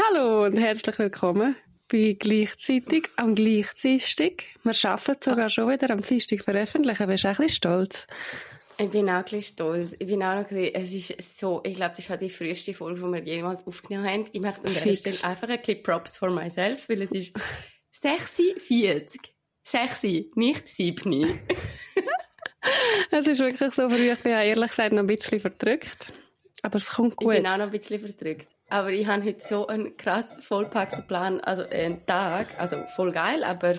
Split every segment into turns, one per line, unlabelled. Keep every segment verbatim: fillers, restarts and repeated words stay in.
Hallo und herzlich willkommen bei gleichzeitig am Gleichzeitig. Wir arbeiten sogar schon wieder am Dienstag veröffentlichen. Bist du auch ein bisschen stolz?
Ich bin auch ein bisschen stolz. Ich bin auch noch ein bisschen, es ist so, ich glaube, das ist halt die früheste Folge, die wir jemals aufgenommen haben. Ich möchte an der Stelle einfach ein bisschen Props for myself, weil es ist sechsundvierzig. Sechsi, nicht sieben.
Es ist wirklich so früh. Ich bin ja ehrlich gesagt noch ein bisschen verdrückt. Aber es kommt gut.
Ich bin auch noch ein bisschen verdrückt. Aber ich habe heute so einen krass vollpackten Plan, also einen Tag, also voll geil, aber...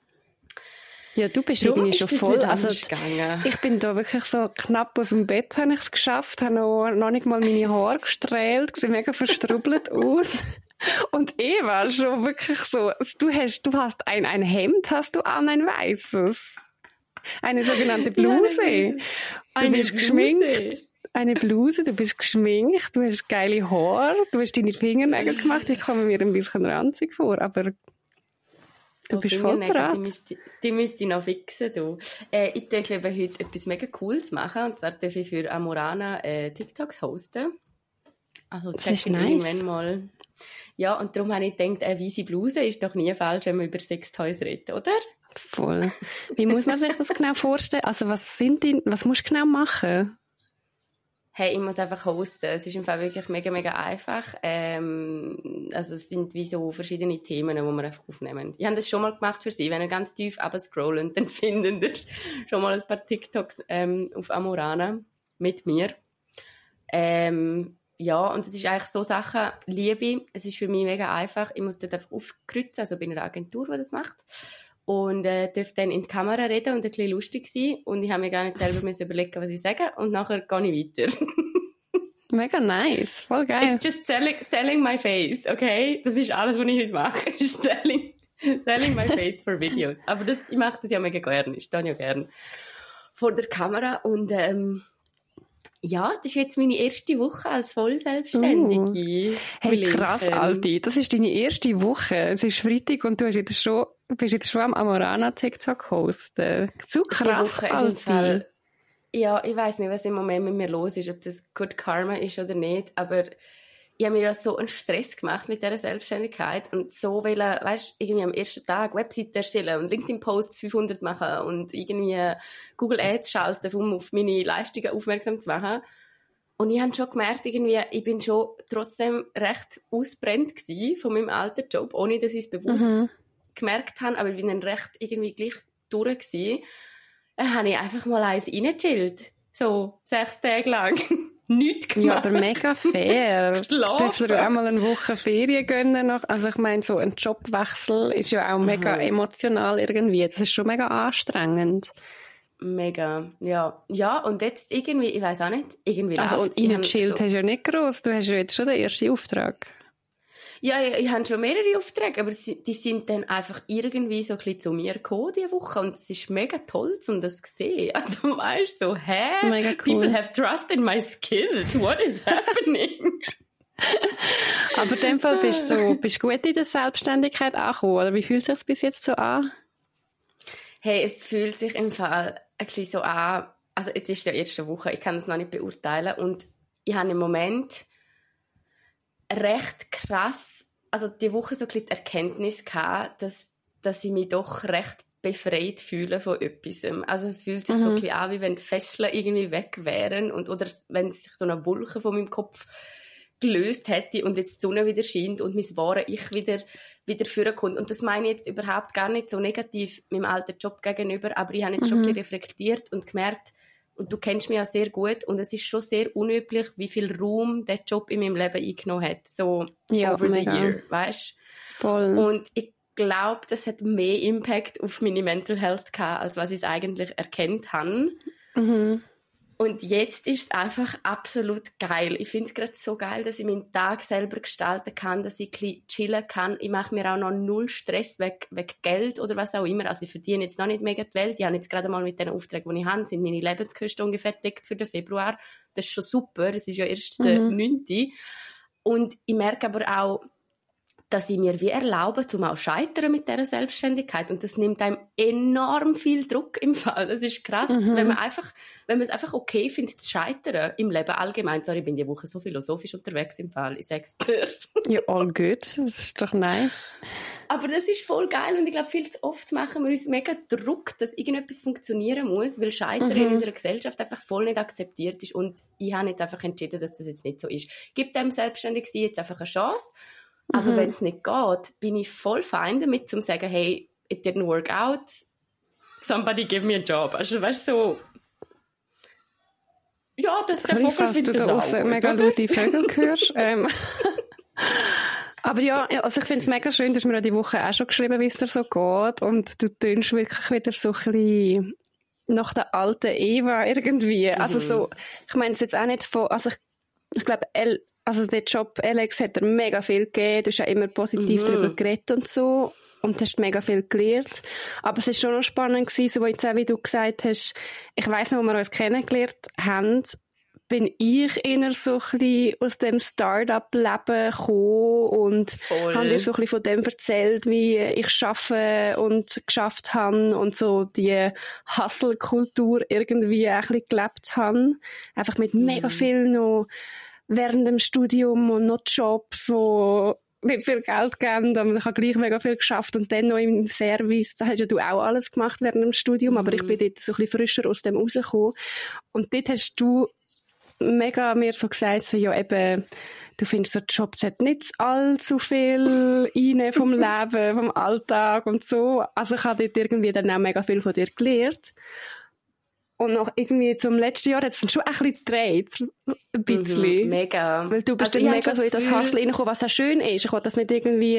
Ja, du bist irgendwie schon voll. Also, ich bin da wirklich so knapp aus dem Bett, habe ich es geschafft, habe noch, noch nicht mal meine Haare gestrählt, sieht mega verstrubbelt aus. Und Eva schon wirklich so, du hast, du hast ein, ein Hemd, hast du an, ein weißes. Eine sogenannte Bluse. Ja, du
eine
bist
Bluse.
Geschminkt. Eine Bluse, du bist geschminkt, du hast geile Haare, du hast deine Fingernägel gemacht. Ich komme mir ein bisschen ranzig vor, aber du
oh,
bist voll bereit.
Die müsste, die müsste ich noch fixen. Du. Äh, ich darf eben heute etwas mega Cooles machen. Und zwar darf ich für Amorana äh, TikToks hosten. Also,
das ist nice.
Mal. Ja, und darum habe ich gedacht, eine weisse Bluse ist doch nie falsch, wenn wir über Sextoys reden, oder?
Voll. Wie muss man sich das genau vorstellen? Also, was sind die, was musst du genau machen?
Hey, ich muss einfach hosten. Es ist im Fall wirklich mega, mega einfach. Ähm, also es sind wie so verschiedene Themen, die wir einfach aufnehmen. Ich habe das schon mal gemacht für Sie. Wenn ihr ganz tief runterscrollen, dann findet ihr schon mal ein paar TikToks ähm, auf Amorana mit mir. Ähm, ja, und es ist eigentlich so Sachen, Liebe. Es ist für mich mega einfach. Ich muss dort einfach aufkreuzen, also bei einer Agentur, die das macht. Und äh, darf dann in die Kamera reden und ein bisschen lustig sein. Und ich habe mir gar nicht selber müssen überlegen, was ich sage. Und nachher gehe ich weiter.
Mega nice, voll geil.
It's just selling, selling my face, okay? Das ist alles, was ich heute mache. selling, selling my face for Videos. Aber das, ich mache das ja mega gerne. Ich stehe ja gerne vor der Kamera. Und ähm, ja, das ist jetzt meine erste Woche als Vollselbstständige.
Uh. Hey, krass, Alti. Das ist deine erste Woche. Es ist Freitag und du hast jetzt schon, bist jetzt schon am Amorana TikTok hosten. Zu krass, Alti.
Ja, ich weiss nicht, was im Moment mit mir los ist, ob das Good Karma ist oder nicht, aber ich habe mir ja so einen Stress gemacht mit dieser Selbstständigkeit und so wollen, weißt, irgendwie am ersten Tag Webseiten erstellen und LinkedIn-Posts fünfhundert machen und irgendwie Google Ads schalten, um auf meine Leistungen aufmerksam zu machen. Und ich habe schon gemerkt, irgendwie, ich bin schon trotzdem recht ausbrennt gewesen von meinem alten Job, ohne dass ich es bewusst mhm. gemerkt habe, aber ich bin dann recht irgendwie gleich durch gewesen. Dann habe ich einfach mal eins reingechillt. So, sechs Tage lang. Nichts gemacht.
Ja, aber mega fair. Darfst du auch mal eine Woche Ferien gönnen noch? Also ich meine, so ein Jobwechsel ist ja auch mega mhm. emotional irgendwie. Das ist schon mega anstrengend.
Mega, ja. Ja, und jetzt irgendwie, ich weiss auch nicht, irgendwie
also
läuft's.
Und reingechillt so. Hast du ja nicht gross. Du hast ja jetzt schon den ersten Auftrag.
Ja, ich, ich habe schon mehrere Aufträge, aber die sind dann einfach irgendwie so ein bisschen zu mir gekommen diese Woche und es ist mega toll, um das zu sehen. Also weißt du, so, hä?
Mega cool.
People have trust in my skills. What is happening?
Aber in dem Fall bist du so, bist gut in der Selbstständigkeit angekommen, oder wie fühlt es sich bis jetzt so an?
Hey, es fühlt sich im Fall ein bisschen so an, also jetzt ist es ja die erste Woche, ich kann das noch nicht beurteilen und ich habe im Moment recht krass, also die Woche so ein bisschen die Erkenntnis gehabt, dass, dass ich mich doch recht befreit fühle von etwas. Also es fühlt sich mhm. so ein bisschen an, wie wenn die Fesseln irgendwie weg wären und, oder wenn sich so eine Wolke von meinem Kopf gelöst hätte und jetzt die Sonne wieder scheint und mein wahres Ich wieder, wieder vorkommt. Und das meine ich jetzt überhaupt gar nicht so negativ meinem alten Job gegenüber, aber ich habe jetzt mhm. schon ein bisschen reflektiert und gemerkt, und du kennst mich ja sehr gut und es ist schon sehr unüblich, wie viel Raum der Job in meinem Leben eingenommen hat, so
ja,
over
mega.
the year, weißt?
Voll.
Und ich glaube, das hat mehr Impact auf meine Mental Health gehabt, als was ich eigentlich erkannt habe.
Mhm.
Und jetzt ist es einfach absolut geil. Ich finde es gerade so geil, dass ich meinen Tag selber gestalten kann, dass ich ein bisschen chillen kann. Ich mache mir auch noch null Stress wegen, wegen Geld oder was auch immer. Also ich verdiene jetzt noch nicht mega die Welt. Ich habe jetzt gerade mal mit den Aufträgen, die ich habe, sind meine Lebenskosten ungefähr deckt für den Februar. Das ist schon super. Es ist ja erst mhm. der neunte Und ich merke aber auch, dass ich mir wie erlaube, zum auch scheitern mit dieser Selbstständigkeit. Und das nimmt einem enorm viel Druck im Fall. Das ist krass, mhm. wenn man einfach, wenn man es einfach okay findet, zu scheitern im Leben allgemein. Sorry, ich bin die Woche so philosophisch unterwegs im Fall. Ich sag's dir.
Ja, all good. Das ist doch nice.
Aber das ist voll geil und ich glaube, viel zu oft machen wir uns mega Druck, dass irgendetwas funktionieren muss, weil Scheitern mhm. in unserer Gesellschaft einfach voll nicht akzeptiert ist. Und ich habe jetzt einfach entschieden, dass das jetzt nicht so ist. Gib dem Selbstständigsein jetzt einfach eine Chance. Aber mhm. wenn es nicht geht, bin ich voll fein damit, zu sagen, hey, it didn't work out, somebody give me a job. Also weißt du, so, ja, das ist der Vogel, findet das auch gut,
mega laute Vögel hörst. ähm. Aber ja, also ich finde es mega schön, dass mir die Woche auch schon geschrieben, wie es dir so geht. Und du tönst wirklich wieder so ein bisschen nach der alten Eva irgendwie. Mhm. Also so, ich meine es jetzt auch nicht von, also ich, ich glaube, El Also der Job Alex hat dir mega viel gegeben, du hast ja immer positiv mhm. darüber geredet und so und hast mega viel gelernt. Aber es war schon noch spannend gewesen, so jetzt auch, wie du gesagt hast, ich weiss noch, wo wir uns kennengelernt haben, bin ich eher so ein bisschen aus dem Start-up-Leben gekommen und Voll. habe dir so ein bisschen von dem erzählt, wie ich arbeite und geschafft habe und so die Hustle-Kultur irgendwie ein bisschen gelebt habe. Einfach mit mhm. mega viel noch während dem Studium und noch Jobs, wo nicht viel Geld geben, aber ich habe gleich mega viel geschafft und dann noch im Service, da hast ja du auch alles gemacht während dem Studium, mhm. aber ich bin dort so ein bisschen frischer aus dem rausgekommen und dort hast du mega mir so gesagt, so, ja eben, du findest so Jobs hat nicht allzu viel rein vom Leben, vom Alltag und so, also ich habe dort irgendwie dann auch mega viel von dir gelernt. Und noch irgendwie zum letzten Jahr hat es dann schon ein bisschen gedreht. Ein bisschen.
Mhm, mega.
Weil du bist also dann mega so in das Hustle reingekommen, was auch schön ist. Ich wollte das nicht irgendwie,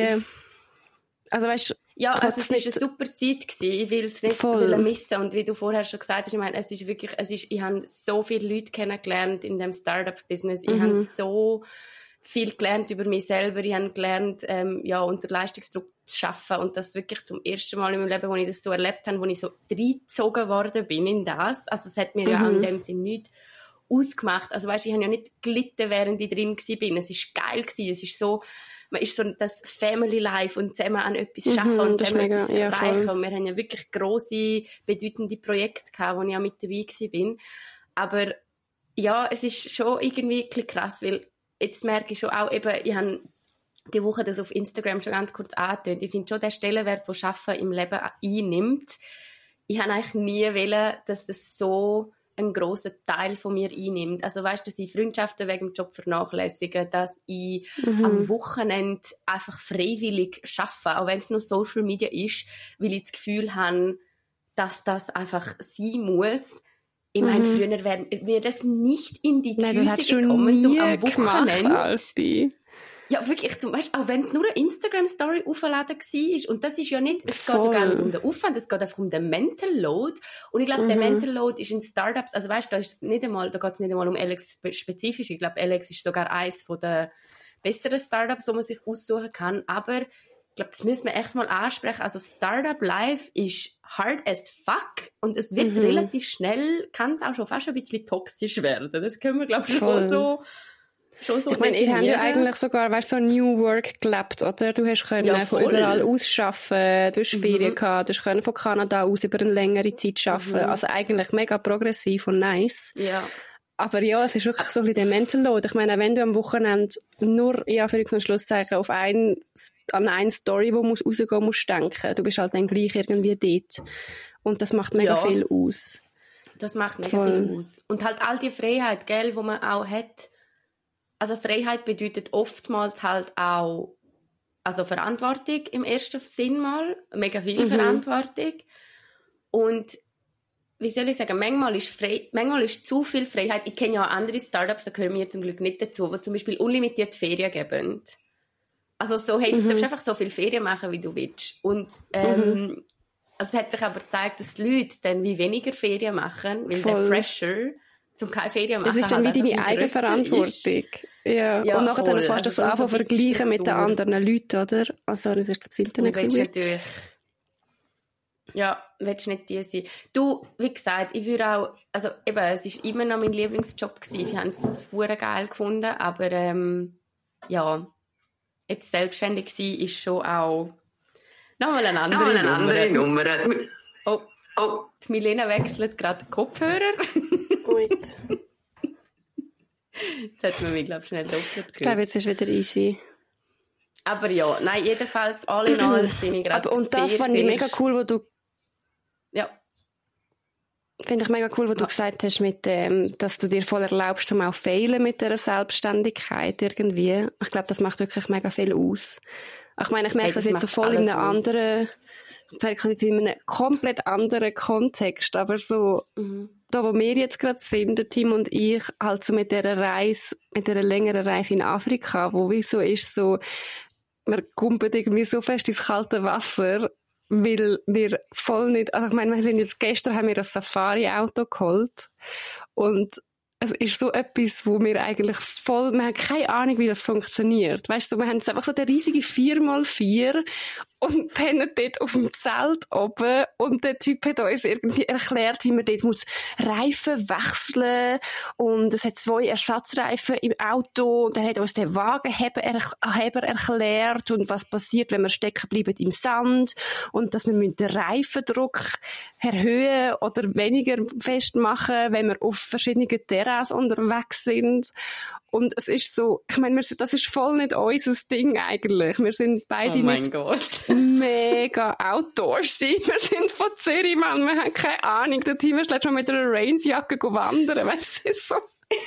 also weißt,
ja, also es war eine super Zeit gewesen. Ich will es nicht missen. Und wie du vorher schon gesagt hast, ich meine, es ist wirklich, es ist, ich habe so viele Leute kennengelernt in dem Startup-Business. Ich mhm. habe so viel gelernt über mich selber. Ich habe gelernt, ähm, ja, unter Leistungsdruck zu arbeiten. Und das wirklich zum ersten Mal in meinem Leben, wo ich das so erlebt habe, wo ich so reingezogen worden bin in das. Also es hat mir mhm. ja an dem Sinn nichts ausgemacht. Also weißt, ich habe ja nicht gelitten, während ich drin war. Es war geil gewesen. Es ist so, man ist so das Family Life und zusammen an etwas arbeiten mhm, und zusammen etwas ja, erreichen. Und wir haben ja wirklich grosse, bedeutende Projekte gehabt, wo ich auch mit dabei war. Aber ja, es ist schon irgendwie ein bisschen krass, weil jetzt merke ich schon auch eben, ich habe die Woche das auf Instagram schon ganz kurz angetönt. Ich finde schon, der Stellenwert, den Arbeiten im Leben einnimmt, ich habe eigentlich nie wollen, dass das so einen grossen Teil von mir einnimmt. Also weißt du, dass ich Freundschaften wegen dem Job vernachlässige, dass ich mhm. am Wochenende einfach freiwillig arbeite, auch wenn es nur Social Media ist, weil ich das Gefühl habe, dass das einfach sein muss. Ich meine, mhm. früher wäre mir das nicht in die Nein, Tüte gekommen, so am Wochenende. Ja, wirklich, zum Beispiel, auch wenn es nur eine Instagram-Story aufgeladen war. Und das ist ja nicht, es Voll. geht ja gar nicht um den Aufwand, es geht einfach um den Mental Load. Und ich glaube, mhm. der Mental Load ist in Startups, also weißt du, da, ist nicht einmal, da geht es nicht einmal um Alex spezifisch. Ich glaube, Alex ist sogar eines der besseren Startups, die man sich aussuchen kann. Aber ich glaube, das müssen wir echt mal ansprechen. Also Startup Life ist hard as fuck und es wird mhm. relativ schnell, kann es auch schon fast ein bisschen toxisch werden. Das können wir, glaube ich, schon so, schon so
Ich meine, ihr habt ja eigentlich sogar, weißt, so New Work gelebt, oder? Du hast können ja, von überall aus arbeiten, du hast mhm. Ferien gehabt, du hast können von Kanada aus über eine längere Zeit arbeiten. Mhm. Also eigentlich mega progressiv und nice.
Ja.
Aber ja, es ist wirklich so ein bisschen der Mental Load. Ich meine, wenn du am Wochenende nur, ja, für ein Schlusszeichen, auf ein, an eine Story, die muss rausgehen musst, denken. Du bist halt dann gleich irgendwie dort. Und das macht mega ja. viel aus.
Das macht mega Voll. viel aus. Und halt all die Freiheit, gell, die man auch hat. Also Freiheit bedeutet oftmals halt auch, also Verantwortung im ersten Sinn mal. Mega viel mhm. Verantwortung. Und wie soll ich sagen, manchmal ist, frei, manchmal ist zu viel Freiheit. Ich kenne ja auch andere Startups, da gehören wir zum Glück nicht dazu, die zum Beispiel unlimitiert Ferien geben. Also so, hey, du mhm. darfst einfach so viel Ferien machen, wie du willst. Und ähm, mhm. also es hat sich aber gezeigt, dass die Leute dann wie weniger Ferien machen, weil Voll. der Pressure zum keine Ferien machen.
Das ist dann wie deine eigene Verantwortung. Ja. Ja, und nachher dann fährst du so an zu vergleichen mit den anderen Leuten, oder? Also das ist, glaube ich, das Internet.
Ja, willst nicht die sein. Du, wie gesagt, ich würde auch, also eben, es war immer noch mein Lieblingsjob gewesen. Ich habe es verdammt geil gefunden, aber ähm, ja, jetzt selbstständig sein, ist schon auch nochmal eine andere,
nochmal eine andere Nummer. Nummer.
Oh, oh, die Milena wechselt gerade den Kopfhörer.
Gut.
Jetzt hat man mich, glaube ich, schnell doppelt gehört.
Ich glaube, jetzt ist wieder easy.
Aber ja, nein, jedenfalls, all in all bin ich gerade
Und das fand ich mega cool, wo du...
Ja.
Finde ich mega cool, wo du ja. gesagt hast, mit, ähm, dass du dir voll erlaubst, um auch fehlen mit dieser Selbstständigkeit irgendwie. Ich glaube, das macht wirklich mega viel aus. Ich meine, ich merke hey, das, das jetzt so voll in einem aus. anderen... Ich merke das jetzt in einem komplett anderen Kontext, aber so... Mhm. Da, wo wir jetzt gerade sind, der Tim und ich, halt so mit dieser Reise, mit dieser längeren Reise in Afrika, wo wie so ist, so, wir kumpeln irgendwie so fest ins kalte Wasser, weil wir voll nicht, also ich meine, wir sind jetzt, gestern haben wir ein Safari-Auto geholt und es ist so etwas, wo wir eigentlich voll, wir haben keine Ahnung, wie das funktioniert. Weißt du, wir haben jetzt einfach so eine riesige vier mal vier und pennen dort auf dem Zelt oben und der Typ hat uns irgendwie erklärt, wie man dort muss Reifen wechseln und es hat zwei Ersatzreifen im Auto und er hat uns den Wagenheber erklärt und was passiert, wenn wir stecken bleiben im Sand und dass wir den Reifendruck erhöhen oder weniger festmachen, wenn wir auf verschiedenen Terrassen unterwegs sind. Und es ist so, ich meine, das ist voll nicht unser Ding eigentlich. Wir sind beide
oh mein
nicht
Gott.
mega outdoorsy. Wir sind von Zürich, Mann. Wir haben keine Ahnung. Der Team ist letztes Mal mit einer Rainsjacke wandern. Weißt du, es ist so.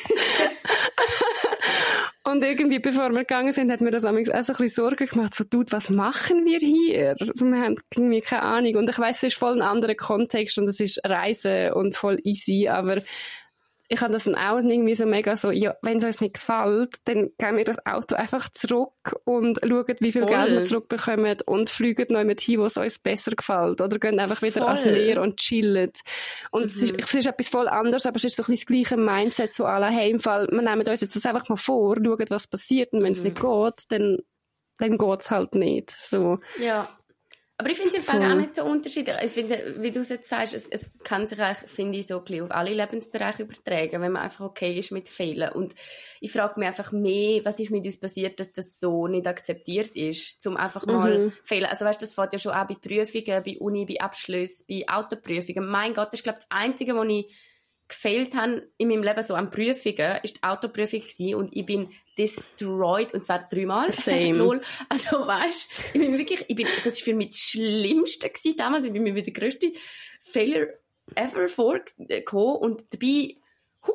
Und irgendwie, bevor wir gegangen sind, hat mir das auch so ein bisschen Sorgen gemacht. So, Dude, was machen wir hier? Wir haben irgendwie keine Ahnung. Und ich weiss, es ist voll ein anderer Kontext und es ist Reisen und voll easy, aber ich habe das dann auch irgendwie so mega so, ja, wenn es uns nicht gefällt, dann geben wir das Auto einfach zurück und schauen, wie viel Voll. Geld wir zurückbekommen und fliegen noch mit hin, wo es uns besser gefällt. Oder gehen einfach wieder Voll. ans Meer und chillen. Und mhm. es, ist, es ist etwas voll anderes, aber es ist so ein bisschen das gleiche Mindset, so à la hey, im Fall, wir nehmen uns jetzt das einfach mal vor, schauen, was passiert und wenn es mhm. nicht geht, dann, dann geht es halt nicht. So.
Ja. Aber ich finde es im Fall gar nicht so unterschiedlich. Ich finde, wie du es jetzt sagst, es, es kann sich eigentlich, finde ich, so ein bisschen auf alle Lebensbereiche übertragen, wenn man einfach okay ist mit Fehlen. Und ich frage mich einfach mehr, was ist mit uns passiert, dass das so nicht akzeptiert ist, um einfach mal mhm. Fehlen. Also weißt, das fängt ja schon auch bei Prüfungen, bei Uni, bei Abschlüssen, bei Autoprüfungen. Mein Gott, das ist, glaube ich, das Einzige, wo ich gefehlt habe in meinem Leben so an Prüfungen, ist die Autoprüfung gewesen und ich bin destroyed, und zwar dreimal.
Same.
Also weißt, ich bin wirklich, ich bin, das war für mich das Schlimmste gewesen damals, ich bin mir der grösste Failure ever vorgekommen und dabei, who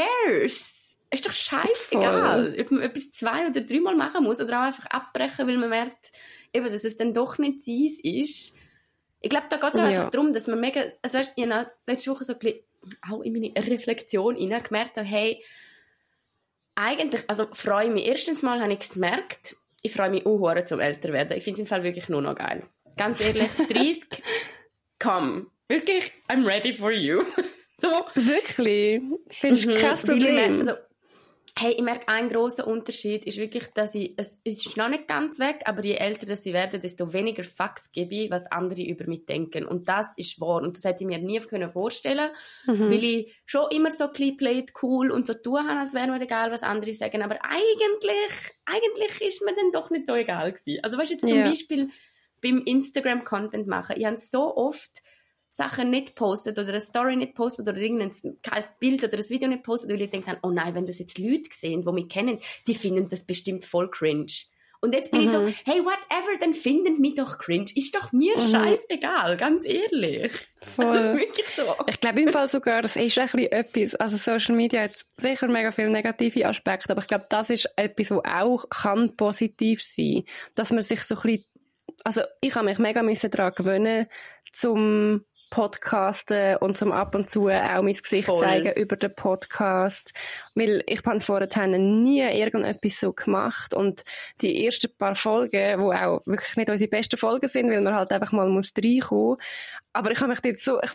cares? Ist doch scheißegal, ob man etwas zwei- oder dreimal machen muss oder auch einfach abbrechen, weil man merkt, eben, dass es dann doch nicht sein ist. Ich glaube, da geht es ja. einfach darum, dass man mega, also weißt, ich habe letzte Woche so ein bisschen auch in meine Reflexion hinein gemerkt habe, hey, eigentlich, also freue ich mich, erstens mal habe ich es gemerkt, ich freue mich auch zum älter werden. Ich finde es im Fall wirklich nur noch geil. Ganz ehrlich, dreißig, komm, wirklich, I'm ready for you. So.
Wirklich? Findest du mhm, kein Problem?
Also, hey, ich merke, ein grosser Unterschied ist wirklich, dass ich, es, es ist noch nicht ganz weg, aber je älter dass ich werde, desto weniger Facts gebe ich, was andere über mich denken. Und das ist wahr. Und das hätte ich mir nie vorstellen können, mhm. weil ich schon immer so ein played cool und so tun habe, als wäre mir egal, was andere sagen. Aber eigentlich, eigentlich ist mir dann doch nicht so egal gewesen. Also weißt du, jetzt zum yeah. Beispiel beim Instagram-Content machen. Ich habe so oft Sachen nicht postet oder eine Story nicht postet oder irgendein Bild oder ein Video nicht postet, weil ich denke, oh nein, wenn das jetzt Leute sehen, die mich kennen, die finden das bestimmt voll cringe. Und jetzt bin mhm. ich so, hey, whatever, dann finden mich doch cringe. Ist doch mir mhm. scheißegal, ganz ehrlich.
Voll.
Also wirklich so.
Ich glaube im Fall sogar, das ist ein bisschen etwas, also Social Media hat sicher mega viele negative Aspekte, aber ich glaube, das ist etwas, was auch kann positiv sein, dass man sich so ein bisschen, also ich habe mich mega daran gewöhnen, zum Podcasten und zum ab und zu auch mein Gesicht Voll. zeigen über den Podcast. Weil ich habe vorher nie irgendetwas so gemacht und die ersten paar Folgen, die auch wirklich nicht unsere besten Folgen sind, weil man halt einfach mal muss reinkommen. Aber ich habe mich dort so, ich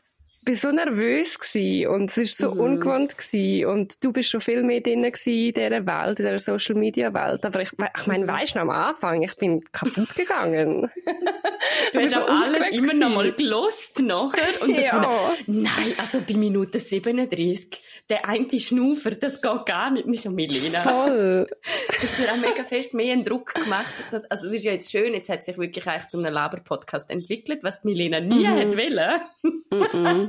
bin so nervös gewesen und es ist so mhm. ungewohnt gewesen und du bist schon viel mehr drin gewesen in dieser Welt, in dieser Social Media Welt. Aber ich, ich meine, weisst du, am Anfang, ich bin kaputt gegangen.
Du hast auch alles immer noch mal gelost nachher und
ja.
Gefunden, nein, also bei Minute siebenunddreißig, der eine Schnaufer, das geht gar nicht. Nicht so, Milena.
Voll.
Das hat auch mega fest mehr einen Druck gemacht. Dass, also es ist ja jetzt schön, jetzt hat sich wirklich eigentlich zu einem Laber-Podcast entwickelt, was die Milena nie mhm. hat wollen. Mhm.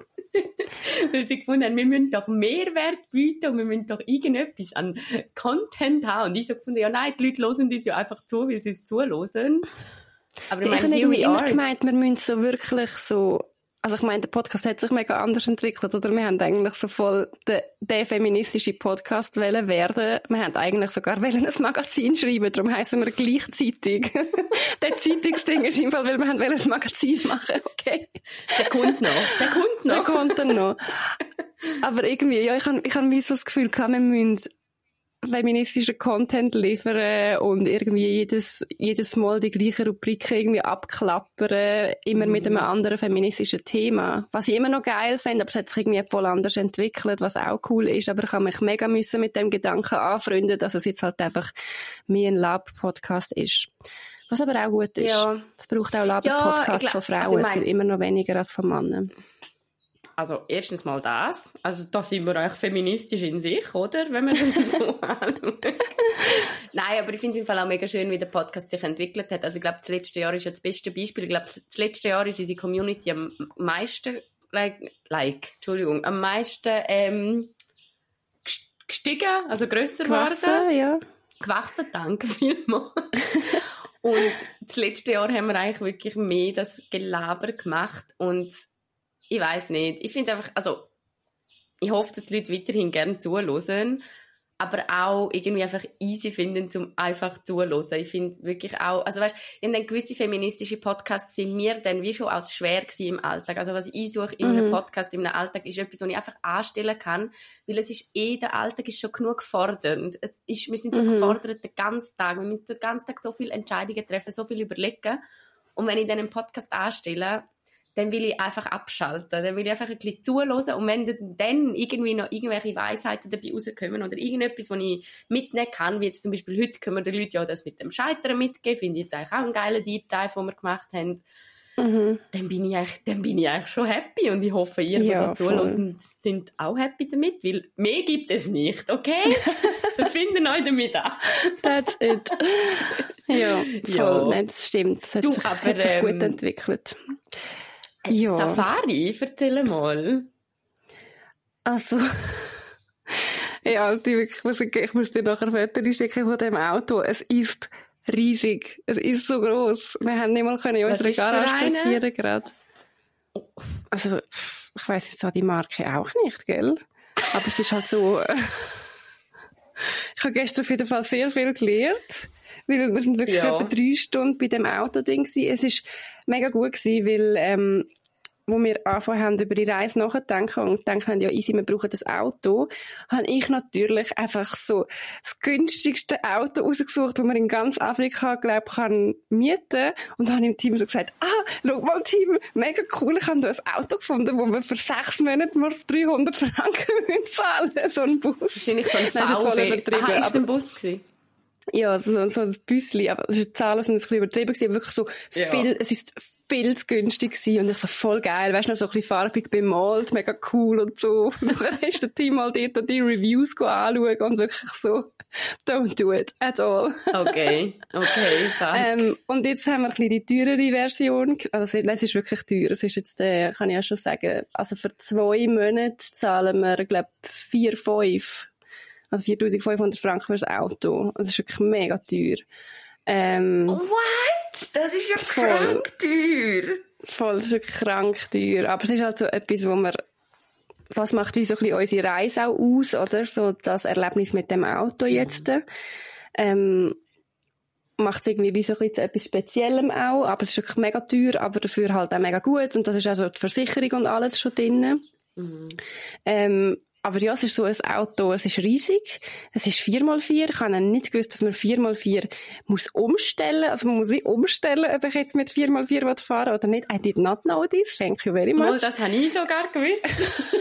Weil sie gefunden haben, wir müssen doch Mehrwert bieten und wir müssen doch irgendetwas an Content haben. Und ich so gefunden, ja nein, die Leute hören uns ja einfach zu, weil sie es zuhören. Aber ich,
ich meine, habe immer gemeint, wir müssen so wirklich so, also ich meine, der Podcast hat sich mega anders entwickelt, oder wir haben eigentlich so voll den, den feministischen Podcast wollen werden. Wir haben eigentlich sogar wollen ein Magazin schreiben, darum heissen wir gleichzeitig. Der Zeitungsding ist im Fall, weil wir haben wollen ein Magazin machen, okay.
Der kommt noch, der kommt noch.
Der kommt dann noch. Aber irgendwie, ja, ich habe ich hab mir so das Gefühl gehabt, wir müssen feministischen Content liefern und irgendwie jedes, jedes Mal die gleiche Rubrik irgendwie abklappern, immer mm. mit einem anderen feministischen Thema. Was ich immer noch geil finde, aber es hat sich irgendwie voll anders entwickelt, was auch cool ist, aber ich habe mich mega müssen mit dem Gedanken anfreunden, dass es jetzt halt einfach mehr ein Lab-Podcast ist. Was aber auch gut ist. Ja. Es braucht auch Lab-Podcasts ja, von Frauen, also ich mein, es gibt immer noch weniger als von Männern.
Also, erstens mal das. Also, da sind wir eigentlich feministisch in sich, oder? Wenn man das so anschaut. Nein, aber ich finde es im Fall auch mega schön, wie der Podcast sich entwickelt hat. Also, ich glaube, das letzte Jahr ist ja das beste Beispiel. Ich glaube, das letzte Jahr ist unsere Community am meisten, like, like Entschuldigung, am meisten, ähm, gestiegen, also grösser gewachsen,
geworden. Ja.
Gewachsen, danke vielmals. Und das letzte Jahr haben wir eigentlich wirklich mehr das Gelaber gemacht und ich weiss nicht. Ich finde einfach, also, ich hoffe, dass die Leute weiterhin gerne zuhören, aber auch irgendwie einfach easy finden, zum einfach zuhören. Ich finde wirklich auch, also weißt, in den gewisse feministische Podcasts sind mir dann wie schon auch zu schwer gewesen im Alltag. Also was ich suche in einem mhm. Podcast, in einem Alltag, ist etwas, was ich einfach anstellen kann, weil es ist eh, der Alltag ist schon genug fordernd. Es ist, wir sind so mhm. gefordert den ganzen Tag. Wir müssen den ganzen Tag so viele Entscheidungen treffen, so viel überlegen. Und wenn ich dann einen Podcast anstelle, dann will ich einfach abschalten. Dann will ich einfach ein bisschen zuhören. Und wenn dann irgendwie noch irgendwelche Weisheiten dabei rauskommen oder irgendetwas, was ich mitnehmen kann, wie jetzt zum Beispiel heute können wir den Leuten ja das mit dem Scheitern mitgeben, finde ich jetzt eigentlich auch einen geilen Deep Dive, den wir gemacht haben. Mhm. Dann bin ich eigentlich, dann bin ich eigentlich schon happy und ich hoffe, ihr, die ja, zuhören, sind auch happy damit, weil mehr gibt es nicht, okay? Wir finden euch damit an.
That's it. Ja, voll. Ja. Nein, das stimmt. Das hat, du, sich, aber, hat sich gut ähm, entwickelt.
Ja. Safari, erzähl mal.
Also, ja, ich muss, ich muss dir nachher Fotos schicken von dem Auto. Es ist riesig. Es ist so gross. Wir haben nicht mal können unsere Garage spazieren gerade. Also, ich weiss jetzt zwar die Marke auch nicht, gell? Aber es ist halt so, ich habe gestern auf jeden Fall sehr viel gelernt. Weil wir sind wirklich ja. etwa drei Stunden bei dem Autoding gewesen. Es ist mega gut gewesen, weil, ähm, wo wir angefangen haben, über die Reise nachzudenken und gedacht haben, ja, easy, wir brauchen das Auto, habe ich natürlich einfach so das günstigste Auto rausgesucht, das man in ganz Afrika, glaube ich, kann mieten. Und dann habe ich im Team so gesagt, ah, schau mal, Team, mega cool, ich habe da ein Auto gefunden, wo wir für sechs Monate mal dreihundert Franken zahlen müssen, so ein Bus.
Wahrscheinlich so ein V W. Aha, ist es ein Bus gewesen?
Ja, so, so ein Büsschen, aber die Zahlen sind ein bisschen übertrieben gewesen, aber wirklich so ja. viel, es ist viel zu günstig gewesen und ich so voll geil, weißt du, noch so ein bisschen farbig bemalt, mega cool und so. Und dann ist der Team mal dort die Reviews anschauen und wirklich so, don't do it at all.
Okay, okay, fuck.
ähm, und jetzt haben wir ein bisschen die teurere Version, also es ist wirklich teuer, es ist jetzt, äh, kann ich ja schon sagen, also für zwei Monate zahlen wir, glaube ich, vier, fünf. Also viertausendfünfhundert Franken für das Auto. Das ist wirklich mega teuer. Ähm,
What? Das ist ja voll, krank teuer.
Voll, das ist wirklich krank teuer. Aber es ist halt so etwas, wo man, was macht wie so ein bisschen unsere Reise auch aus, oder? So das Erlebnis mit dem Auto jetzt. Mhm. Ähm, macht es irgendwie wie so ein bisschen zu etwas Speziellem auch. Aber es ist wirklich mega teuer, aber dafür halt auch mega gut. Und das ist also die Versicherung und alles schon drin. Mhm. Ähm, aber ja, es ist so ein Auto, es ist riesig, es ist vier mal vier. Ich habe nicht gewusst, dass man vier mal vier muss umstellen. Also man muss wie umstellen, ob ich jetzt mit vier mal vier fahren will oder nicht. I did not know this, thank you very much.
Mal, das habe ich sogar gewusst.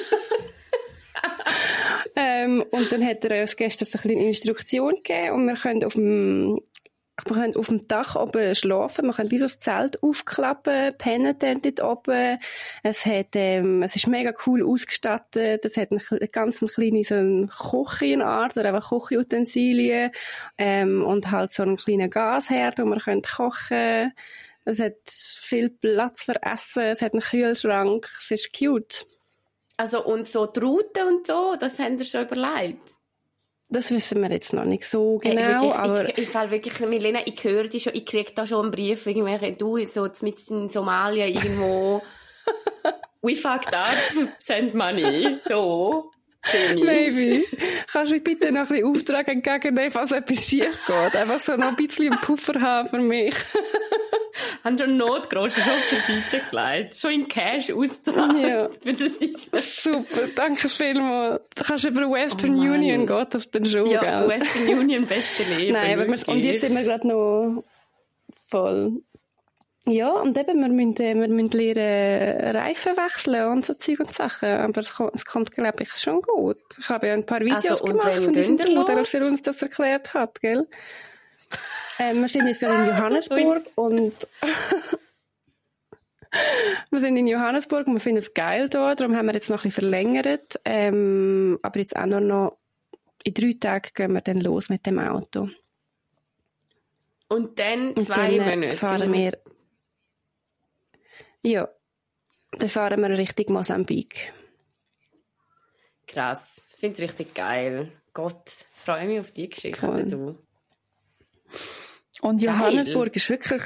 ähm, und dann hat er uns gestern so ein bisschen Instruktion gegeben und wir können auf dem Wir können auf dem Dach oben schlafen, wir können wie so das Zelt aufklappen, pennen dann dort oben. Es hat, ähm, es ist mega cool ausgestattet, es hat eine ganz eine kleine so eine Küchenart oder einfach Küchenutensilien, ähm, und halt so einen kleinen Gasherd, wo man kochen können. Es hat viel Platz für Essen, es hat einen Kühlschrank, es ist cute.
Also, und so die Route und so, das haben wir schon überlegt?
Das wissen wir jetzt noch nicht so genau,
hey, wirklich,
aber...
Ich, ich fall wirklich, Milena, ich höre dich schon, ich krieg da schon einen Brief, irgendwelche, du, so mit in Somalia irgendwo, we fucked up, send money, so.
Maybe. Kannst du bitte noch ein bisschen Auftrag entgegennehmen, falls etwas schief geht? Einfach so noch ein bisschen einen Puffer haben für mich.
Haben schon Notgroschen schon auf die Seite gelegt. Schon in Cash auszahlen.
Ja. Super, danke vielmals. Du kannst über Western oh Union gehen, das dann schon,
ja,
gell?
Western Union, beste Leben.
Nein, aber wir, und jetzt sind wir gerade noch voll... Ja, und eben, wir müssen, wir müssen lernen, Reifen wechseln und so Zeug und Sachen. Aber es kommt, es kommt, glaube ich, schon gut. Ich habe ja ein paar Videos also, gemacht von diesem Bruder, als er uns das erklärt hat, gell? ähm, wir sind jetzt gerade in Johannesburg und wir sind in Johannesburg und wir finden es geil hier. Darum haben wir jetzt noch ein bisschen verlängert. Ähm, aber jetzt auch noch, noch in drei Tagen gehen wir dann los mit dem Auto.
Und dann zwei und dann Monate
fahren wir... Ja, dann fahren wir Richtung Mosambik.
Krass, ich finde es richtig geil. Gott, freue mich auf die Geschichte, cool. Du.
Und Johannesburg ist wirklich...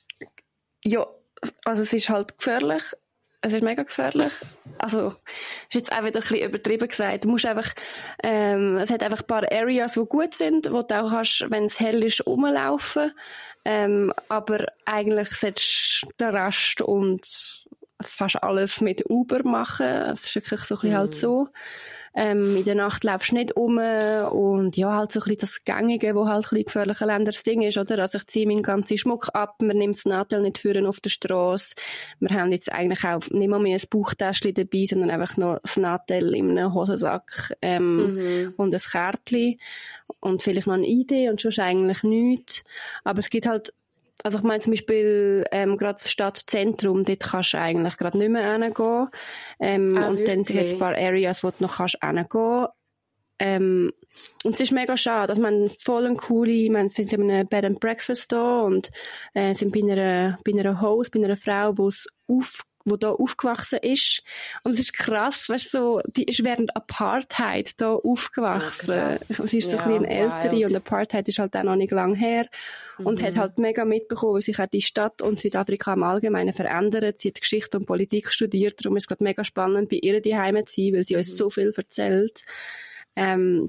Ja, also es ist halt gefährlich. Es ist mega gefährlich. Also, ist jetzt auch wieder ein bisschen übertrieben gesagt. Du musst einfach, ähm, es hat einfach ein paar Areas, die gut sind, wo du auch kannst, wenn es hell ist, rumlaufen. Ähm, aber eigentlich solltest du den Rest und fast alles mit Uber machen. Es ist wirklich so ein bisschen mm. halt so. Ähm, in der Nacht laufst du nicht um und ja, halt so ein bisschen das Gängige, wo halt ein bisschen gefährliche Länder das Ding ist, oder? Also ich ziehe meinen ganzen Schmuck ab, man nimmt das Nadel nicht führen auf der Strasse. Wir haben jetzt eigentlich auch nicht mal mehr ein Bauchtäschchen dabei, sondern einfach nur das Nadel in einem Hosensack, ähm, mhm. und ein Kärtchen und vielleicht noch eine Idee und sonst eigentlich nichts. Aber es gibt halt, also ich meine zum Beispiel ähm, gerade das Stadtzentrum, dort kannst du eigentlich gerade nicht mehr hingehen. Ähm, ah, und wirklich? Dann sind jetzt ein paar Areas, wo du noch kannst hingehen. Ähm, und es ist mega schade, dass man voll eine coole, wir sind in einem Bed and Breakfast da und äh, sind bei einer, bei einer Host, bei einer Frau, die es auf wo da aufgewachsen ist. Und es ist krass, weißt du, so, die ist während Apartheid da aufgewachsen. Ja, sie ist so ja, ein bisschen ältere wild. Und Apartheid ist halt auch noch nicht lang her. Mhm. Und hat halt mega mitbekommen, wie sich auch die Stadt und Südafrika im Allgemeinen verändert. Sie hat Geschichte und Politik studiert, darum ist es gerade mega spannend, bei ihr daheim zu sein, weil sie mhm. uns so viel erzählt. Ähm,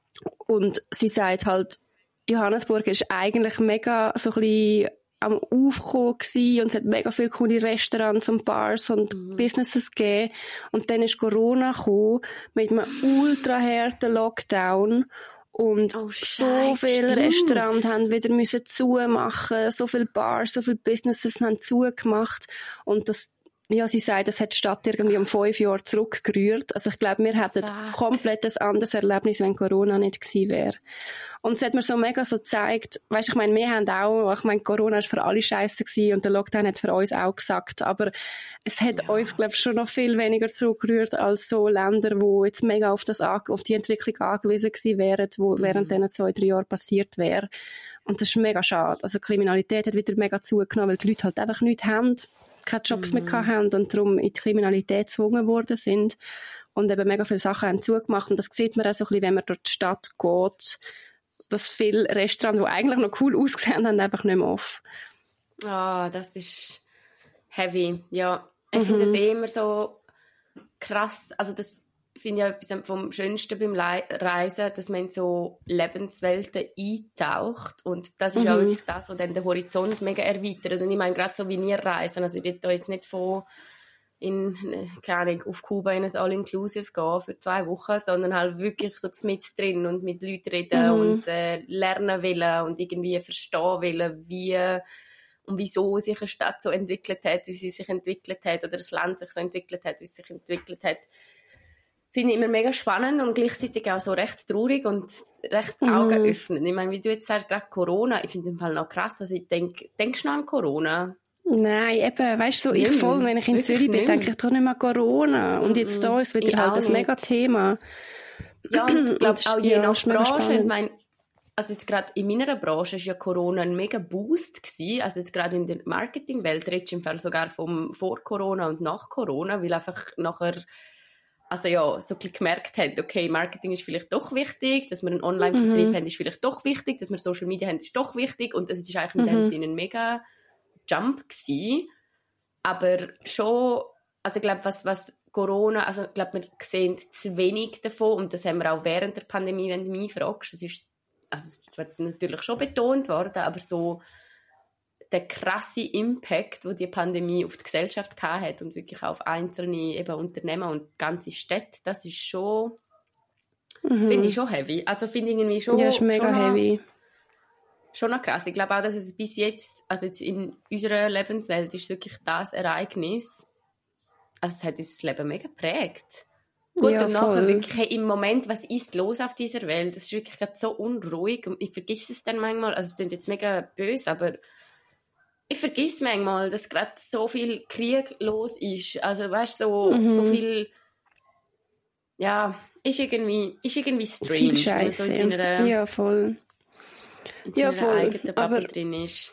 und sie sagt halt, Johannesburg ist eigentlich mega so ein bisschen am Aufkommen gsi und es hat mega viele coole Restaurants und Bars und mhm. Businesses gegeben. Und dann ist Corona gekommen mit einem ultra harten Lockdown und oh, so viele Restaurants haben wieder müssen zumachen, so viele Bars, so viele Businesses haben zugemacht und das, ja, sie sagt, das hat die Stadt irgendwie um fünf Jahre zurückgerührt. Also ich glaube, wir hätten Fuck. komplett ein anderes Erlebnis, wenn Corona nicht gewesen wäre. Und es hat mir so mega so gezeigt, weisst, ich meine, wir haben auch, ich meine, Corona war für alle scheiße gewesen und der Lockdown hat für uns auch gesagt, aber es hat ja. uns, glaube ich, schon noch viel weniger zurückgerührt als so Länder, die jetzt mega auf das, auf die Entwicklung angewiesen gewesen wären, wo mhm. während diesen zwei, drei Jahren passiert wäre. Und das ist mega schade. Also die Kriminalität hat wieder mega zugenommen, weil die Leute halt einfach nichts haben, keine Jobs mhm. mehr haben und darum in die Kriminalität gezwungen worden sind und eben mega viele Sachen haben zugemacht. Und das sieht man auch so ein bisschen, wenn man durch die Stadt geht, dass viele Restaurants, die eigentlich noch cool ausgesehen haben, einfach nicht mehr offen.
Ah, oh, das ist heavy. Ja, ich mhm. finde das eh immer so krass. Also das finde ich auch etwas vom Schönsten beim Reisen, dass man in so Lebenswelten eintaucht. Und das ist mhm. auch wirklich das, was dann den Horizont mega erweitert. Und ich meine, gerade so wie wir reisen, also ich rede da jetzt nicht von in, keine Ahnung, auf Kuba in ein All-Inclusive gehen für zwei Wochen, sondern halt wirklich so mit drin und mit Leuten reden mhm. und äh, lernen wollen und irgendwie verstehen wollen, wie und wieso sich eine Stadt so entwickelt hat, wie sie sich entwickelt hat oder das Land sich so entwickelt hat, wie es sich entwickelt hat. Finde ich immer mega spannend und gleichzeitig auch so recht traurig und recht mhm. Augen öffnen. Ich meine, wie du jetzt sagst, gerade Corona, ich finde es im Fall noch krass, also ich denke, denkst du noch an Corona?
Nein, eben, weißt du, so, ich voll, wenn ich in Zürich bin, denke ich doch nicht mehr an Corona. Und mm-mm. jetzt da ist wieder ich halt das mega Thema.
Ja, und ich glaube auch je ja, nach Branche, ich meine, also jetzt gerade in meiner Branche war ja Corona ein mega Boost gewesen. Also jetzt gerade in der Marketingwelt redest du im Fall sogar vom vor Corona und nach Corona, weil einfach nachher, also ja, so ein bisschen gemerkt haben, okay, Marketing ist vielleicht doch wichtig, dass wir einen Online-Vertrieb mhm. haben, ist vielleicht doch wichtig, dass wir Social Media haben, ist doch wichtig und es ist eigentlich in mhm. dem Sinne ein mega Jump gsi, aber schon, also ich glaube, was, was Corona, also ich glaube, wir sehen zu wenig davon und das haben wir auch während der Pandemie, wenn du mich fragst, das ist, also es wird natürlich schon betont worden, aber so der krasse Impact, den die Pandemie auf die Gesellschaft gehabt hat und wirklich auf einzelne eben Unternehmen und ganze Städte, das ist schon, mhm. finde ich schon heavy, also finde ich irgendwie schon,
ja, ist mega
schon
heavy.
Schon noch krass. Ich glaube auch, dass es bis jetzt, also jetzt in unserer Lebenswelt, ist wirklich das Ereignis, also es hat unser Leben mega geprägt. Gut, ja, und nachher wirklich, hey, im Moment, was ist los auf dieser Welt? Das ist wirklich gerade so unruhig und ich vergesse es dann manchmal, also es klingt jetzt mega böse, aber ich vergesse manchmal, dass gerade so viel Krieg los ist. Also weißt du, so, mhm. so viel, ja, ist irgendwie, ist irgendwie strange.
Viel Scheiße. So in deiner,
ja,
voll.
In ja, voll. eigenen Bubble drin ist.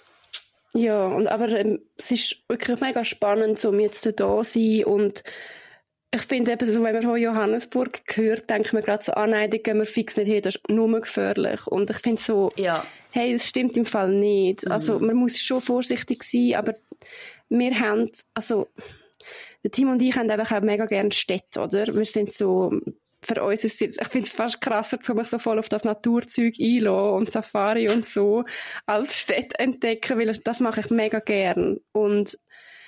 Ja, und, aber ähm, es ist wirklich mega spannend, um jetzt da zu sein und ich finde eben, so, wenn man von Johannesburg hört, denkt man gerade so, ah nein, da gehen wir fix nicht hin, das ist nur gefährlich. Und ich finde so,
ja.
hey, das stimmt im Fall nicht. Mhm. Also man muss schon vorsichtig sein, aber wir haben, also der Tim und ich haben eben auch mega gerne Städte, oder? Wir sind so, für uns ist es, ich finde es fast krasser, dass man so voll auf das Naturzeug einlassen und Safari und so als Städte entdecken, weil das mache ich mega gern. Und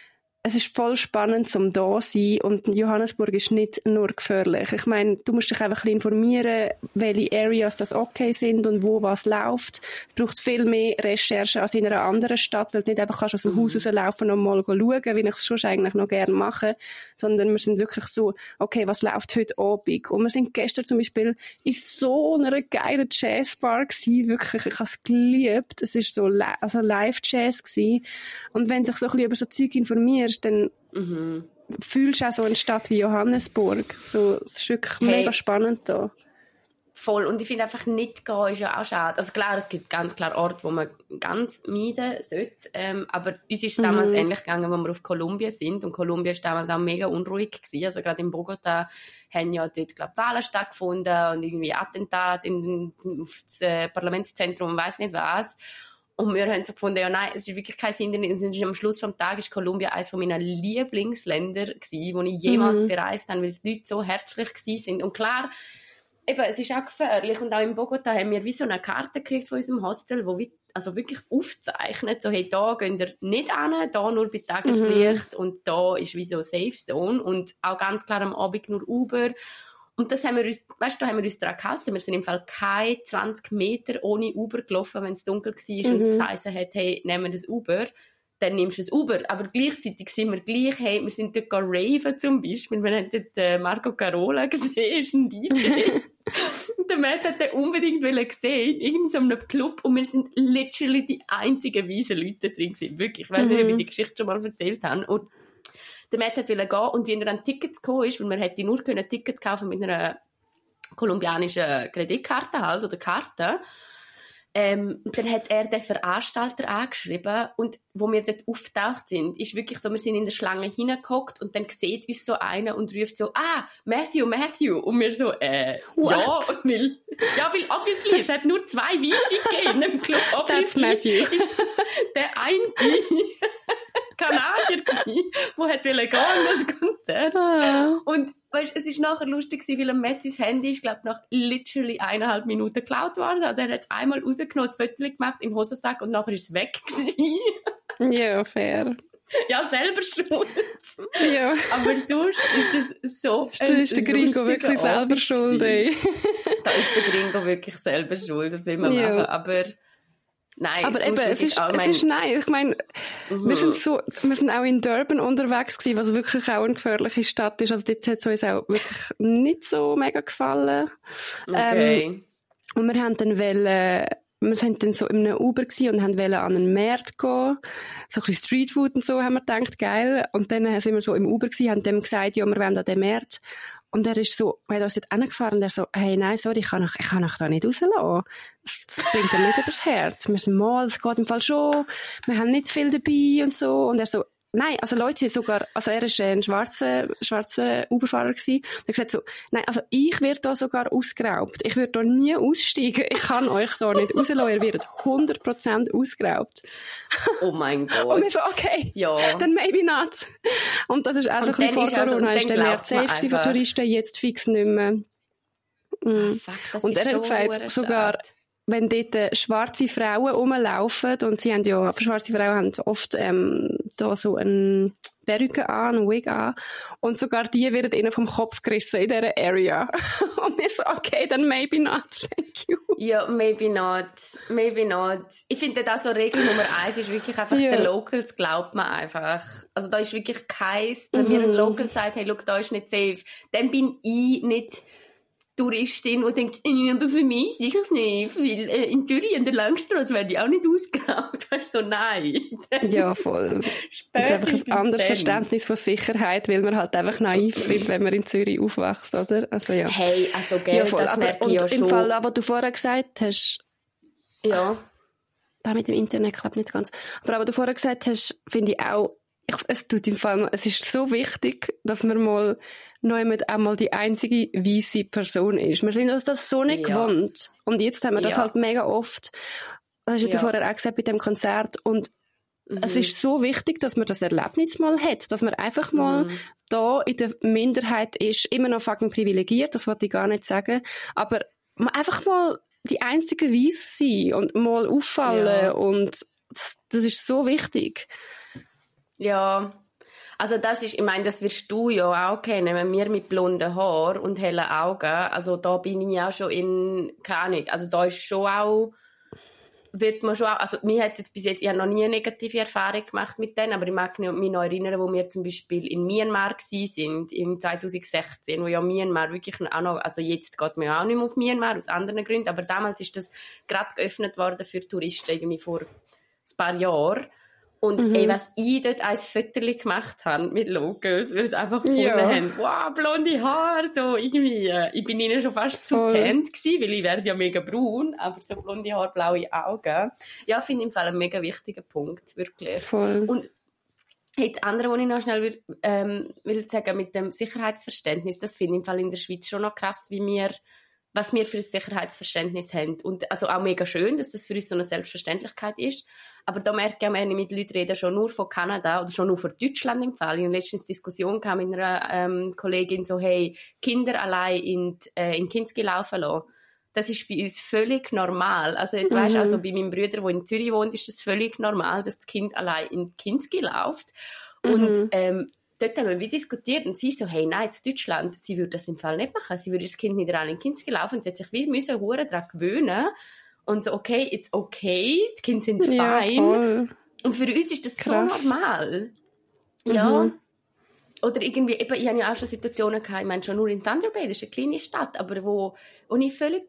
es ist voll spannend, um da zu sein und Johannesburg ist nicht nur gefährlich. Ich meine, du musst dich einfach ein bisschen informieren, welche Areas das okay sind und wo was läuft. Es braucht viel mehr Recherche als in einer anderen Stadt, weil du nicht einfach kannst aus dem Haus rauslaufen und mal schauen, wie ich es schon eigentlich noch gerne mache, sondern wir sind wirklich so, okay, was läuft heute Abend? Und wir sind gestern zum Beispiel in so einer geilen Jazzbar gewesen, wirklich, ich habe es geliebt. Es war so li- also Live-Jazz gewesen. Und wenn du dich so ein bisschen über so Zeug informierst, dann mhm. fühlst du auch so eine Stadt wie Johannesburg. So, es ist wirklich hey. mega spannend da.
Voll. Und ich finde einfach, nicht gehen ist ja auch schade. Also klar, es gibt ganz klar Orte, wo man ganz meiden sollte. Ähm, aber uns ist es damals mhm. ähnlich gegangen, als wir auf Kolumbien sind. Und Kolumbien war damals auch mega unruhig gewesen. Also gerade in Bogota haben ja dort, glaube ich, Wahlen stattgefunden und irgendwie Attentate in, in, auf das äh, Parlamentszentrum und weiss nicht was. Und wir haben so gefunden, ja nein, es ist wirklich kein Hindernis. Und am Schluss des Tages war Kolumbien eines meiner Lieblingsländer gewesen, wo ich jemals mhm. bereist habe, weil die Leute so herzlich waren. Und klar, eben, es ist auch gefährlich. Und auch in Bogota haben wir wie so eine Karte gekriegt von unserem Hostel, wo wir also wirklich aufzeichnet, so hey, da gehen ihr nicht hin, da nur bei Tageslicht mhm. und da ist wie so Safe Zone. Und auch ganz klar am Abend nur Uber. Und das haben wir uns, weißt du, da haben wir uns daran gehalten. Wir sind im Fall keine zwanzig Meter ohne Uber gelaufen, wenn es dunkel war mhm. und es geheißen hat, hey, nehmen wir das Uber, dann nimmst du das Uber. Aber gleichzeitig sind wir gleich, hey, wir sind dort raven zum Beispiel. Wir haben dort äh, Marco Carola gesehen, ist ein D J. Und der Matt hat den unbedingt gesehen, in so einem Club. Und wir sind literally die einzigen weisen Leute drin gewesen. Wirklich, ich weiß nicht, ob ich die Geschichte schon mal erzählt habe. Und der Matt wollte gehen und wie er an Tickets gekommen ist, weil man hätte nur können Tickets kaufen mit einer kolumbianischen Kreditkarte halt, oder Karte. Ähm, dann hat er den Veranstalter angeschrieben und wo wir dort auftaucht sind, ist wirklich so, wir sind in der Schlange hineingehockt und dann sieht uns so einer und ruft so, ah, Matthew, Matthew. Und wir so, äh,
What?
ja, weil, ja, weil obviously, es hat nur zwei Weise gegeben in dem Club. Obviously
That's Matthew.
Ist der eine Kanadier gewesen, der hat gehen das Konzert.
Ah.
Und weißt, es war nachher lustig, weil am Mettis Handy ist, glaube ich, nach literally eineinhalb Minuten geklaut worden. Also er hat es einmal rausgenommen, das Foto gemacht, in den Hosensack und nachher ist es weg gewesen.
Ja, fair.
Ja, selber schuld.
Ja.
Aber sonst ist das so
Da ist der Gringo wirklich selber schuld, ey.
Da ist der Gringo wirklich selber schuld, das will man
Ja.
machen. Aber nein,
aber eben, es ist,
allgemein...
es ist nein. Ich meine,
Mhm.
wir sind so, wir sind auch in Durban unterwegs gewesen, was wirklich auch eine gefährliche Stadt ist. Also dort hat es uns auch wirklich nicht so mega gefallen.
Okay.
Ähm, und wir haben dann wollen, wir sind dann so in einem Uber gewesen und haben wollen an einen Markt gehen. So ein bisschen Streetfood und so, haben wir gedacht, geil. Und dann sind wir so im Uber gewesen, haben dem gesagt, ja, wir wollen an den Markt. Und er ist so, wir haben uns dort hingefahren und er so, hey, nein, sorry, ich kann euch, ich kann euch da nicht rauslassen. Das, das bringt er nicht übers Herz. Wir sind mal, es geht im Fall schon. Wir haben nicht viel dabei und so. Und er so, nein, also Leute, sogar, also er ist ein schwarzer, schwarzer Uberfahrer gewesen. Und er hat gesagt so, nein, also ich werde da sogar ausgeraubt. Ich würde da nie aussteigen. Ich kann euch da nicht rauslassen. Ihr werdet hundert Prozent ausgeraubt.
Oh mein Gott.
Und wir so, okay,
Ja.
dann maybe not. Und das ist auch so ein
Und
bisschen
dann
vor
ist also-
Corona,
und
ist
dann
der
glaubt
März
man
safe für
einfach-
Touristen, jetzt fix nicht mehr. Mhm.
Fuck, das
Und
ist
er hat
schon
gesagt,
verdammt
sogar
schade.
wenn dort äh, schwarze Frauen rumlaufen, und sie haben ja, schwarze Frauen haben oft ähm, da so eine Perücke an, einen Wig an, und sogar die werden ihnen vom Kopf gerissen in dieser Area. Und wir so, okay, dann maybe not, thank you.
Ja, maybe not. Maybe not. Ich finde da so Regel Nummer eins ist wirklich einfach,
Ja.
den Locals glaubt man einfach. Also da ist wirklich keins, wenn
Mhm.
mir ein Local sagt, hey, look, da ist nicht safe, dann bin ich nicht Touristin und denkt, äh, aber für mich sicher nicht, weil äh, in Zürich an der Langstrasse werden die auch nicht ausgeraubt. Weißt du, so, nein.
Ja, voll. Das ist einfach ein anderes Verständnis von Sicherheit, weil wir halt einfach naiv sind, wenn man in Zürich aufwächst, oder? Also, ja.
Hey, also gell,
Ja, voll.
das
Aber,
merke
und
ich ja
im
schon.
Fall, was du vorher gesagt hast,
Ja.
da mit dem Internet klappt nicht ganz. Aber was du vorher gesagt hast, finde ich auch, ich, es tut im Fall, es ist so wichtig, dass man mal neu mit einmal die einzige weisse Person ist. Wir sind uns das so nicht
Ja.
gewohnt. Und jetzt haben wir das
Ja.
halt mega oft. Das hast du
Ja.
vorher auch gesagt bei dem Konzert. Und
Mhm.
es ist so wichtig, dass man das Erlebnis mal hat, dass man einfach mal
Mhm.
da in der Minderheit ist, immer noch fucking privilegiert, das wollte ich gar nicht sagen, aber man einfach mal die einzige Weisse sein und mal auffallen,
Ja.
und das, das ist so wichtig.
Ja, also das ist, ich meine, das wirst du ja auch kennen, wenn wir mit blonden Haaren und hellen Augen, also da bin ich auch schon in, keine Ahnung, also da ist schon auch, wird man schon auch, also mir hat jetzt bis jetzt, ich habe noch nie eine negative Erfahrung gemacht mit denen, aber ich mag mich noch erinnern, wo wir zum Beispiel in Myanmar gsi sind, im zwanzig sechzehn, wo ja Myanmar wirklich auch noch, also jetzt geht man ja auch nicht mehr auf Myanmar, aus anderen Gründen, aber damals ist das gerade geöffnet worden für Touristen, irgendwie vor ein paar Jahren. Und
Mhm.
ey, was ich dort als Viertel gemacht habe mit Locals, weil sie einfach gefunden
Ja.
haben, wow, blonde Haare, so irgendwie. äh, Ich bin ihnen schon fast zu
Voll.
kennt gewesen, weil ich werde ja mega braun, aber so blonde Haare, blaue Augen. Ja, finde ich im Fall einen mega wichtigen Punkt, wirklich.
Voll.
Und hey, das andere, was ich noch schnell will, ähm, will sagen, mit dem Sicherheitsverständnis, das finde ich im Fall in der Schweiz schon noch krass, wie wir, was wir für ein Sicherheitsverständnis haben. Und also auch mega schön, dass das für uns so eine Selbstverständlichkeit ist. Aber da merke ich, wenn ich mit Leuten rede, schon nur von Kanada oder schon nur von Deutschland im Fall. Ich hatte letztens Diskussion kam mit einer ähm, Kollegin so, hey, Kinder allein in, die, äh, in Kinski laufen lassen. Das ist bei uns völlig normal. Also jetzt
Mhm.
weisst du, also bei meinem Bruder, der in Zürich wohnt, ist das völlig normal, dass das Kind allein in Kinski läuft. Und
Mhm.
ähm, dort haben wir wie diskutiert und sie so, hey, nein, in Deutschland, sie würde das im Fall nicht machen. Sie würde das Kind nicht allein in Kinski laufen und sie hat sich wie müssen hure daran gewöhnen. Und so, okay, it's okay, die Kinder sind
Ja,
fein.
voll.
Und für uns ist das
Krass.
so normal. Ja.
Mhm.
Oder irgendwie, eben, ich habe ja auch schon Situationen gehabt, ich meine schon nur in Thunder Bay, das ist eine kleine Stadt, aber wo, wo ich völlig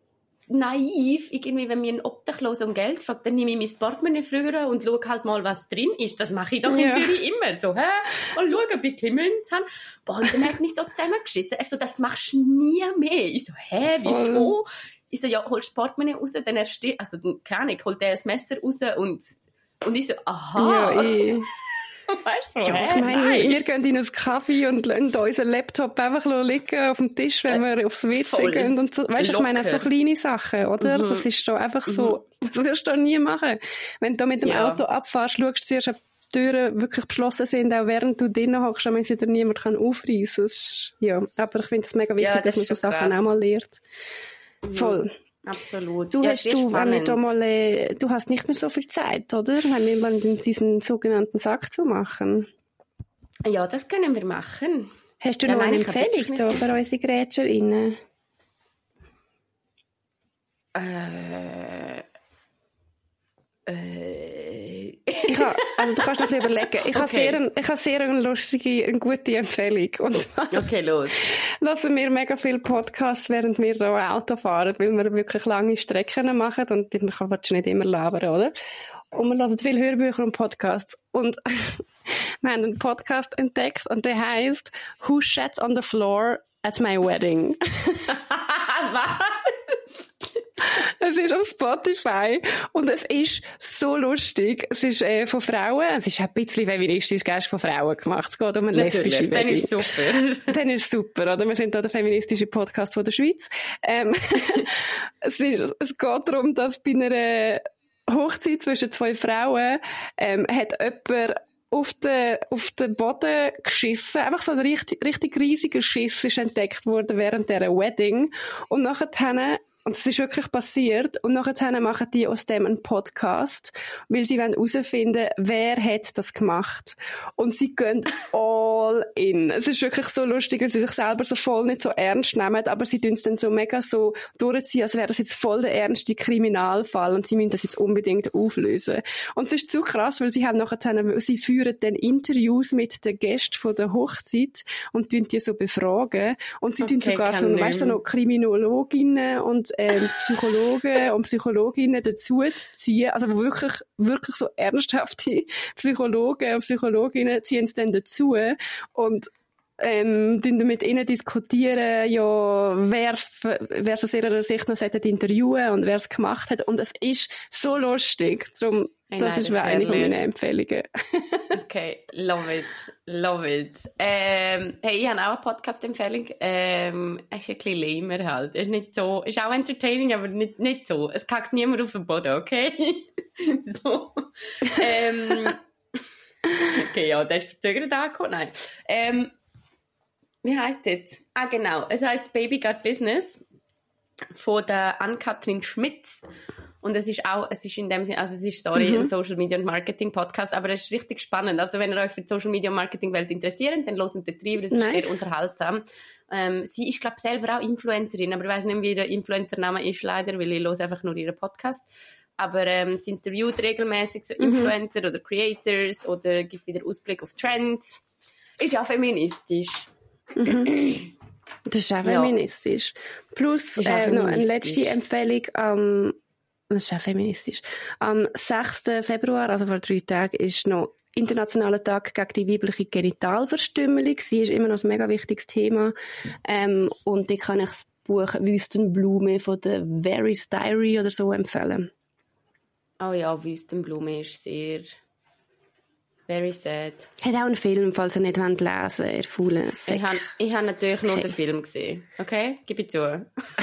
naiv, irgendwie, wenn mir ein Obdachloser um Geld fragt, dann nehme ich mein Portemonnaie früher und schaue halt mal, was drin ist. Das mache ich doch
Ja.
in Zürich immer. So, hä? Und schaue, ob ich ein bisschen Münze habe. Boah, und dann hat mich so zusammengeschissen. Er so, das machst du nie mehr. Ich so, hä, wieso? Ich so, ja, holst das Portemonnaie raus, dann erst, also, keine Ahnung, holt er das Messer raus und, und ich so, aha.
Ja, eh.
Weißt du,
Ja,
hä?
ich meine,
Nein.
wir gehen in einen Kaffee und lassen unseren Laptop einfach liegen auf dem Tisch, wenn wir aufs W C
Voll.
gehen und so. Weißt du, ich meine, so
Locker.
kleine Sachen, oder?
Mhm.
Das ist doch einfach so, das wirst du doch nie machen. Wenn du mit dem
Ja.
Auto abfährst, schaust du zuerst, ob die Türen wirklich geschlossen sind, auch während du drinnen hockst, damit sie dir niemand kann aufreißen kann. Ja, aber ich finde es mega wichtig,
Ja, das
dass man
ist
so
schon
Sachen
krass.
auch mal lernt. Voll.
Absolut.
Du,
ja,
hast, du, wenn wir da mal, äh, du hast nicht mehr so viel Zeit, oder? Wenn wir mal diesen sogenannten Sack zumachen.
Ja, das können wir machen.
Hast du
ja,
noch
nein,
eine Empfehlung da für unsere GrätscherInnen?
Äh... Äh...
ich ha, also du kannst noch ein bisschen überlegen. Ich okay. habe sehr, ich habe sehr eine lustige, eine gute Empfehlung. Und
okay, los.
Lassen wir mega viele Podcasts, während wir hier Auto fahren, weil wir wirklich lange Strecken machen und man kann nicht immer labern, oder? Und wir hören viele Hörbücher und Podcasts. Und wir haben einen Podcast entdeckt und der heisst Who Shats on the Floor at My Wedding?
Was?
Es ist auf Spotify und es ist so lustig. Es ist äh, von Frauen, es ist ein bisschen feministisch, gell, von Frauen gemacht. Es geht um eine lesbische Wedding.
Dann ist super.
Dann ist super, oder? Wir sind da der feministische Podcast von der Schweiz. Ähm, es, ist, es geht darum, dass bei einer Hochzeit zwischen zwei Frauen ähm, hat jemand auf den, auf den Boden geschissen. Einfach so ein richtig, richtig riesiger Schiss ist entdeckt worden während dieser Wedding. Und nachher und es ist wirklich passiert. Und nachher machen die aus dem einen Podcast, weil sie herausfinden wollen, wer hat das gemacht. Und sie gehen all in. Es ist wirklich so lustig, weil sie sich selber so voll nicht so ernst nehmen, aber sie tun es dann so mega so durchziehen, als wäre das jetzt voll der ernste Kriminalfall und sie müssen das jetzt unbedingt auflösen. Und es ist zu krass, weil sie haben nachher, sie führen dann Interviews mit den Gästen von der Hochzeit und tun die so befragen. Und sie tun okay, sogar so, weißt, so noch Kriminologinnen und ähm, Psychologen und Psychologinnen dazu zu ziehen, also wirklich, wirklich so ernsthafte Psychologen und Psychologinnen ziehen es dann dazu und ähm, mit ihnen diskutieren, ja, wer, wer aus ihrer Sicht noch interviewen und wer es gemacht hat. Und es ist so lustig. Darum, hey, das nein, ist das eine meiner Empfehlungen.
Okay, love it, love it. Ähm, hey, ich habe auch eine Podcast-Empfehlung. Ähm, es ist ein bisschen lamer halt. Es ist nicht so, ist auch entertaining, aber nicht, nicht so. Es kackt niemand auf den Boden, okay? so. ähm, okay, ja, das ist verzögert angekommen. Nein. Ähm, Wie heisst das? Ah, genau. Es heisst Baby Got Business von der Ann-Kathrin Schmitz. Und es ist auch, es ist in dem Sinne, also es ist, sorry, mhm. ein Social Media und Marketing Podcast, aber es ist richtig spannend. Also wenn ihr euch für die Social Media und Marketing Welt interessiert, dann hört den Treiber, das nice. Ist sehr unterhaltsam. Ähm, sie ist, glaube ich, selber auch Influencerin, aber ich weiss nicht, wie ihr Influencer-Name ist leider, weil ich höre einfach nur ihren Podcast. Aber ähm, sie interviewt regelmäßig so mhm. Influencer oder Creators oder gibt wieder Ausblick auf Trends. Ist auch feministisch.
Mhm. Das ist auch feministisch. Ja. Plus äh, feministisch. Noch eine letzte Empfehlung. Ähm, das ist auch feministisch. Am sechsten Februar, also vor drei Tagen, ist noch Internationaler Tag gegen die weibliche Genitalverstümmelung. Sie ist immer noch ein mega wichtiges Thema. Ähm, und ich kann euch das Buch Wüstenblume von der Varys Diary oder so empfehlen.
Oh ja, Wüstenblume ist sehr... Very sad.
Hat auch einen Film, falls ihr nicht lesen wollt, ihr faulen Säcke.
Ich habe ich hab natürlich nur okay. den Film gesehen. Okay? Gib ich zu.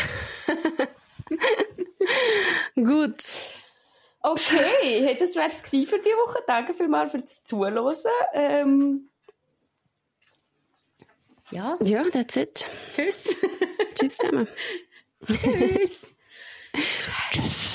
Gut.
Okay, hey, das wäre es für diese Woche. Danke vielmals fürs Zuhören. Ähm, ja.
Ja, that's it.
Tschüss.
Tschüss zusammen.
Tschüss.
Tschüss.